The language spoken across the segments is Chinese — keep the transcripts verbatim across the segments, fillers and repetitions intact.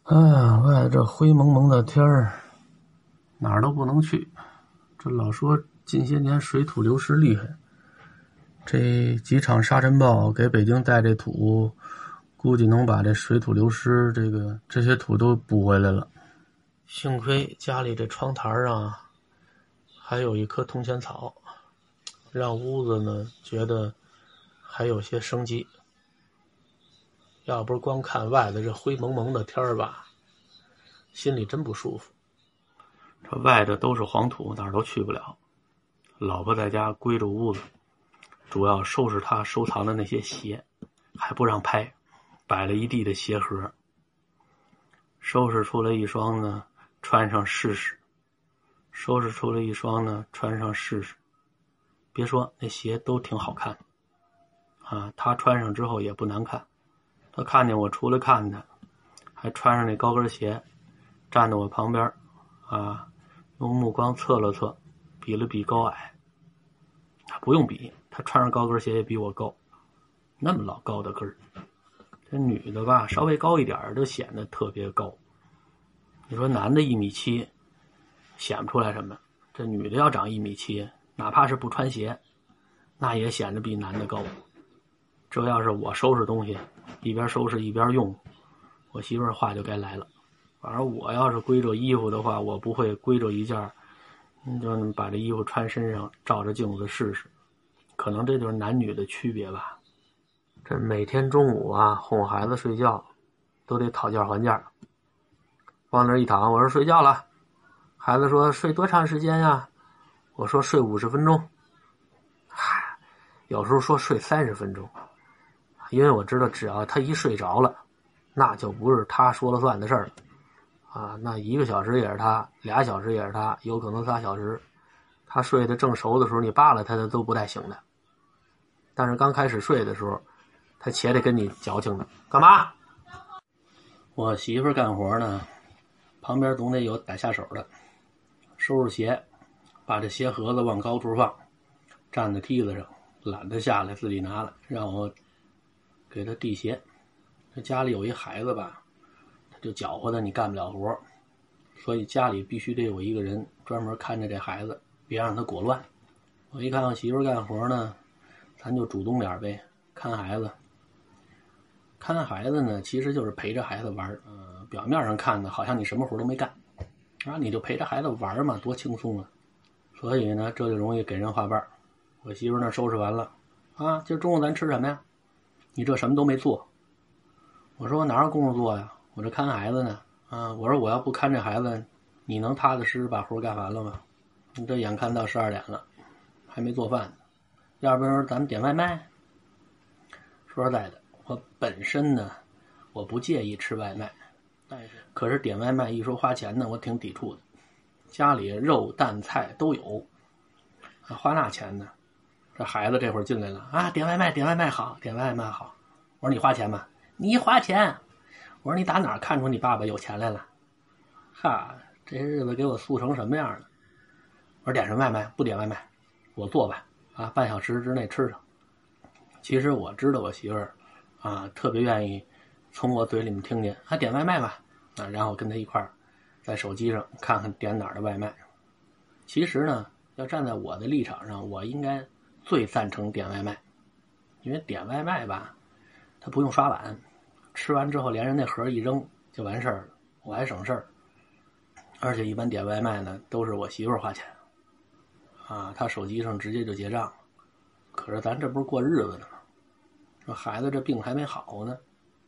哎呀，外头这灰蒙蒙的天儿，哪儿都不能去。这老说近些年水土流失厉害，这几场沙尘暴给北京带这土，估计能把这水土流失这个这些土都补回来了。幸亏家里这窗台上还有一棵铜钱草，让屋子呢觉得还有些生机。要不是光看外头这灰蒙蒙的天儿吧，心里真不舒服。这外头都是黄土，哪儿都去不了。老婆在家归着屋子，主要收拾她收藏的那些鞋，还不让拍，摆了一地的鞋盒。收拾出来一双呢，穿上试试。收拾出来一双呢，穿上试试。别说那鞋都挺好看啊，她穿上之后也不难看。她看见我出来看她，还穿上那高跟鞋，站在我旁边啊，用目光测了测，比了比高矮。不用比，她穿上高跟鞋也比我高，那么老高的跟儿。这女的吧，稍微高一点就显得特别高。你说男的一米七，显不出来什么。这女的要长一米七，哪怕是不穿鞋，那也显得比男的高。这要是我收拾东西，一边收拾一边用，我媳妇儿话就该来了。反正我要是归着衣服的话，我不会归着一件，你就把这衣服穿身上，照着镜子试试。可能这就是男女的区别吧。这每天中午啊，哄孩子睡觉，都得讨价还价。往那一躺，我说睡觉了。孩子说睡多长时间呀？我说睡五十分钟。嗨，有时候说睡三十分钟。因为我知道只要他一睡着了，那就不是他说了算的事儿了啊，那一个小时也是他，俩小时也是他，有可能仨小时。他睡得正熟的时候，你扒拉他的都不带醒的。但是刚开始睡的时候，他且得跟你矫情的。干嘛？我媳妇干活呢，旁边总得有打下手的。收拾鞋，把这鞋盒子往高处放，站在梯子上，懒得下来自己拿了，让我给他递鞋。这家里有一孩子吧，他就搅和的你干不了活，所以家里必须得有一个人专门看着这孩子，别让他裹乱。我一看我媳妇干活呢，咱就主动点呗，看孩子。看孩子呢，其实就是陪着孩子玩，呃，表面上看呢，好像你什么活都没干，然后你就陪着孩子玩嘛，多轻松啊。所以呢，这就容易给人画瓣。我媳妇那收拾完了，啊，今儿中午咱吃什么呀？你这什么都没做。我说我哪有功夫做呀？我这看孩子呢。啊，我说我要不看这孩子，你能踏踏实实把活干完了吗？你这眼看到十二点了，还没做饭呢。要不然咱们点外卖？说实在的，我本身呢，我不介意吃外卖，但是可是点外卖一说花钱呢，我挺抵触的。家里肉蛋菜都有，啊，花那钱呢？这孩子这会儿进来了啊，点外卖，点外卖好，点外卖好。我说你花钱吗？你花钱。我说你打哪儿看出你爸爸有钱来了？哈，这日子给我素成什么样了？我说点什么外卖？不点外卖，我做吧，啊，半小时之内吃上。其实我知道我媳妇儿啊，特别愿意从我嘴里面听见，啊，点外卖吧，啊，然后跟他一块儿在手机上看看点哪儿的外卖。其实呢，要站在我的立场上，我应该最赞成点外卖，因为点外卖吧，他不用刷碗，吃完之后连人那盒一扔就完事儿了，我还省事儿。而且一般点外卖呢，都是我媳妇儿花钱，啊，她手机上直接就结账了。可是咱这不是过日子呢吗？说孩子这病还没好呢，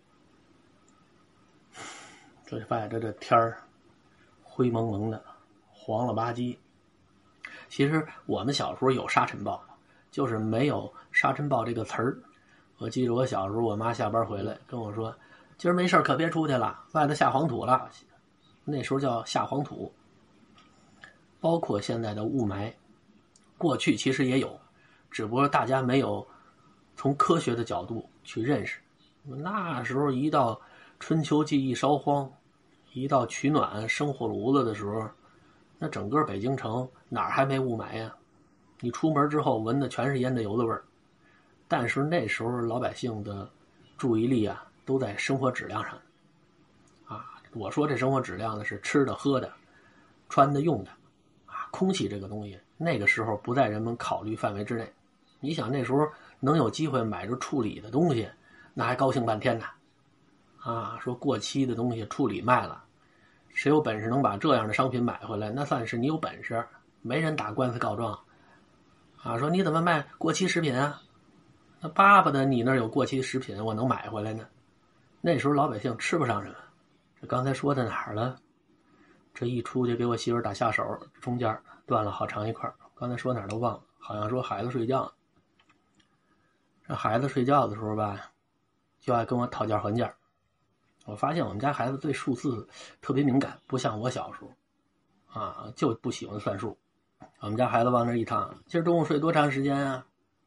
这外头这天儿灰蒙蒙的，黄了吧唧。其实我们小时候有沙尘暴，就是没有沙尘暴这个词儿。我记得我小时候，我妈下班回来跟我说：“今儿没事可别出去了，外头下黄土了。”那时候叫下黄土。包括现在的雾霾，过去其实也有，只不过大家没有从科学的角度去认识。那时候一到春秋季一烧荒，一到取暖生火炉子的时候，那整个北京城哪儿还没雾霾呀？你出门之后闻的全是烟的油的味儿。但是那时候老百姓的注意力啊，都在生活质量上啊， 我说这生活质量呢是吃的、喝的、穿的、用的啊，空气这个东西那个时候不在人们考虑范围之内。你想那时候能有机会买着处理的东西，那还高兴半天呢。啊，说过期的东西处理卖了，谁有本事能把这样的商品买回来，那算是你有本事，没人打官司告状。啊，说你怎么卖过期食品啊？那巴不得你那儿有过期食品，我能买回来呢。那时候老百姓吃不上什么。这刚才说到哪儿了？这一出去给我媳妇打下手，中间断了好长一块。刚才说哪儿都忘了，好像说孩子睡觉。这孩子睡觉的时候吧，就爱跟我讨价还价。我发现我们家孩子对数字特别敏感，不像我小时候啊，就不喜欢算数。我们家孩子往那一躺，今儿中午睡多长时间啊？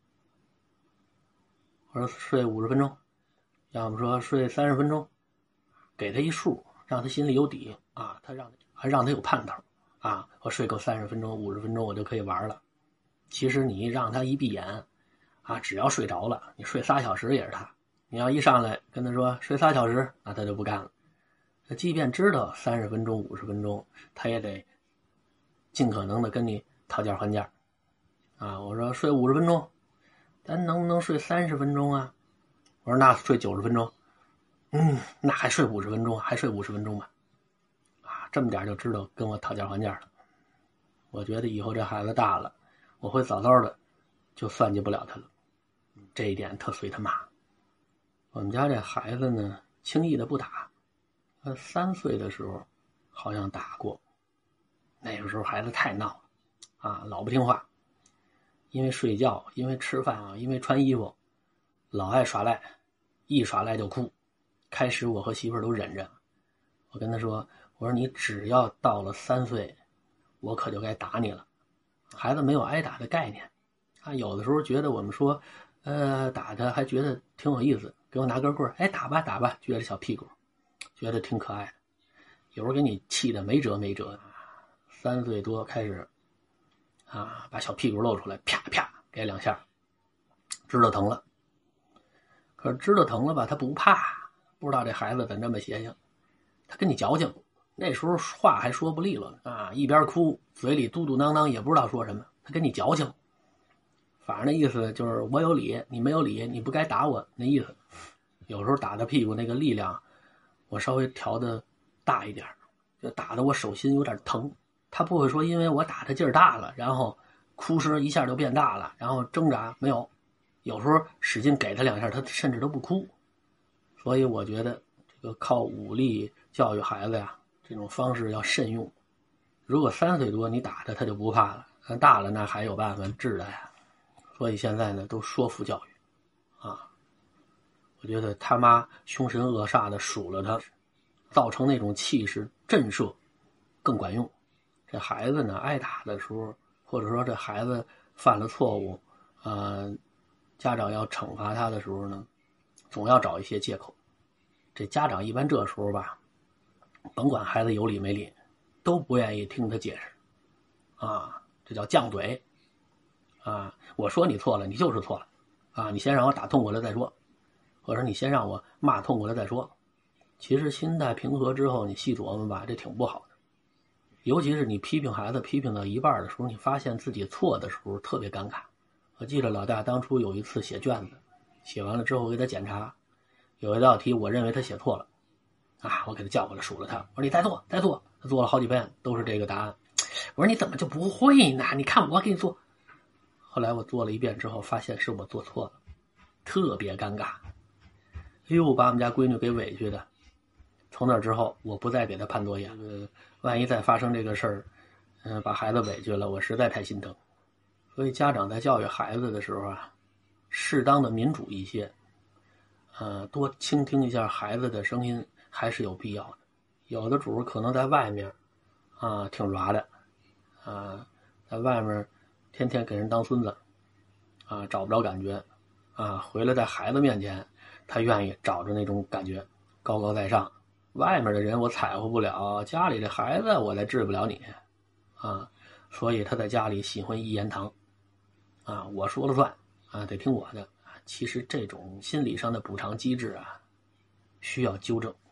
我说睡五十分钟，要么说睡三十分钟，给他一数，让他心里有底啊，他让还让他有盼头啊。我睡够三十分钟、五十分钟，我就可以玩了。其实你让他一闭眼啊，只要睡着了，你睡仨小时也是他。你要一上来跟他说睡仨小时，那他就不干了。他即便知道三十分钟、五十分钟，他也得尽可能的跟你讨价还价啊。我说睡五十分钟，咱能不能睡三十分钟啊？我说那睡九十分钟，嗯，那还睡五十分钟，还睡五十分钟吧。啊，这么点就知道跟我讨价还价了。我觉得以后这孩子大了，我会早早的就算计不了他了。这一点特随他妈。我们家这孩子呢，轻易的不打。他三岁的时候好像打过，那个时候孩子太闹了啊，老不听话，因为睡觉，因为吃饭啊，因为穿衣服，老爱耍赖，一耍赖就哭。开始我和媳妇儿都忍着，我跟他说，我说你只要到了三岁，我可就该打你了。孩子没有挨打的概念啊，有的时候觉得我们说呃打他还觉得挺有意思，给我拿根棍儿，哎打吧打吧，撅着小屁股，觉得挺可爱的。有时候给你气得没辙没辙，三岁多开始啊，把小屁股露出来，啪啪给两下，知道疼了。可是知道疼了吧，他不怕，不知道这孩子怎么这么邪性，他跟你矫情。那时候话还说不利落啊，一边哭嘴里嘟嘟囔囔，也不知道说什么，他跟你矫情。反正那意思就是我有理，你没有理，你不该打我那意思。有时候打他屁股那个力量，我稍微调的大一点，就打得我手心有点疼。他不会说因为我打他劲儿大了，然后哭声一下就变大了，然后挣扎，没有。有时候使劲给他两下，他甚至都不哭。所以我觉得这个靠武力教育孩子呀，这种方式要慎用。如果三岁多你打他，他就不怕了；大了那还有办法治他呀。所以现在呢，都说服教育啊。我觉得他妈凶神恶煞的数了他，造成那种气势震慑更管用。这孩子呢挨打的时候，或者说这孩子犯了错误，呃，家长要惩罚他的时候呢，总要找一些借口。这家长一般这时候吧，甭管孩子有理没理，都不愿意听他解释啊，这叫犟嘴啊。我说你错了，你就是错了啊，你先让我打痛快了再说，或者你先让我骂痛快了再说。其实心态平和之后，你细琢磨吧，这挺不好的。尤其是你批评孩子批评到一半的时候，你发现自己错的时候特别尴尬。我记得老大当初有一次写卷子，写完了之后给他检查，有一道题我认为他写错了啊，我给他叫过来数了他，我说你再做再做，他做了好几遍都是这个答案。我说你怎么就不会呢？你看我给你做。后来我做了一遍之后发现是我做错了，特别尴尬。哎呦，把我们家闺女给委屈的。从那之后我不再给他判作业，呃，万一再发生这个事儿，嗯、呃，把孩子委屈了，我实在太心疼。所以家长在教育孩子的时候啊，适当的民主一些，呃，多倾听一下孩子的声音还是有必要的。有的主可能在外面啊挺软的啊，在外面天天给人当孙子啊，找不着感觉啊，回来在孩子面前他愿意找着那种感觉，高高在上。外面的人我踩乎不了，家里的孩子我再治不了你啊，所以他在家里喜欢一言堂啊，我说了算啊，得听我的。其实这种心理上的补偿机制啊，需要纠正。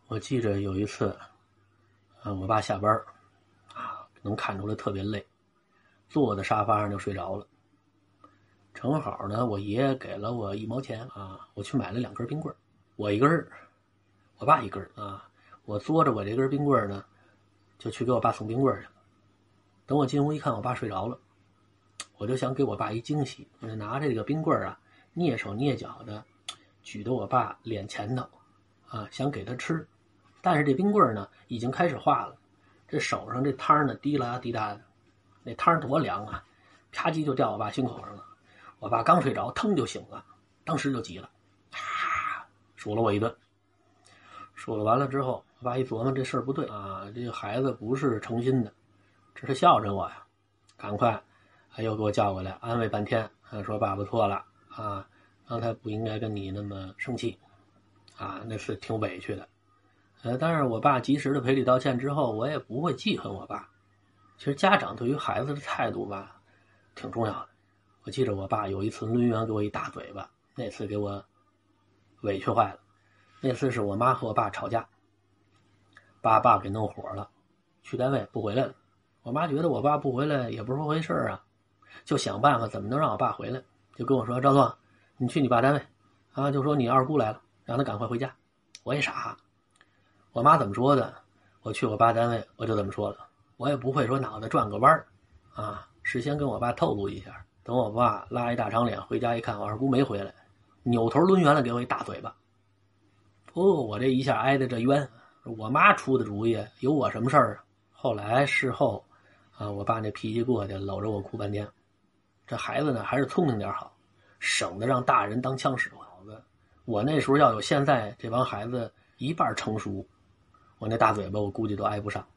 我记着有一次，啊，我爸下班啊，能看出来特别累，坐在沙发上就睡着了。正好呢，我爷爷给了我一毛钱啊，我去买了两根冰棍，我一根儿，我爸一根儿啊。我嘬着我这根冰棍呢，就去给我爸送冰棍去了。等我进屋一看，我爸睡着了，我就想给我爸一惊喜，我就拿着这个冰棍啊，蹑手蹑脚的举到我爸脸前头啊，想给他吃。但是这冰棍呢，已经开始化了，这手上这汤呢滴啦滴答的，那汤多凉啊，啪叽就掉我爸心口上了。我爸刚睡着，腾就醒了，当时就急了，啊，数了我一顿。数了完了之后，我爸一琢磨，这事儿不对啊，这个孩子不是诚心的，这是孝顺我呀。赶快又给我叫过来安慰半天，说爸爸错了啊，刚才不应该跟你那么生气啊，那是挺委屈的。呃，但是我爸及时的赔礼道歉之后，我也不会记恨我爸。其实家长对于孩子的态度吧，挺重要的。我记着我爸有一次抡圆给我一大嘴巴，那次给我委屈坏了。那次是我妈和我爸吵架，把爸给弄火了，去单位不回来了。我妈觉得我爸不回来也不是回事啊，就想办法怎么能让我爸回来，就跟我说：“赵壮，你去你爸单位啊，就说你二姑来了，让他赶快回家。”我也傻，我妈怎么说的，我去我爸单位我就怎么说了，我也不会说脑袋转个弯啊，事先跟我爸透露一下。等我爸拉一大长脸回家一看，我二姑没回来，扭头抡圆了给我一大嘴巴。哦，我这一下挨的这冤，我妈出的主意，有我什么事儿啊？后来事后啊，我爸那脾气过去，搂着我哭半天。这孩子呢，还是聪明点好，省得让大人当枪使。我那时候要有现在这帮孩子一半成熟，我那大嘴巴我估计都挨不上。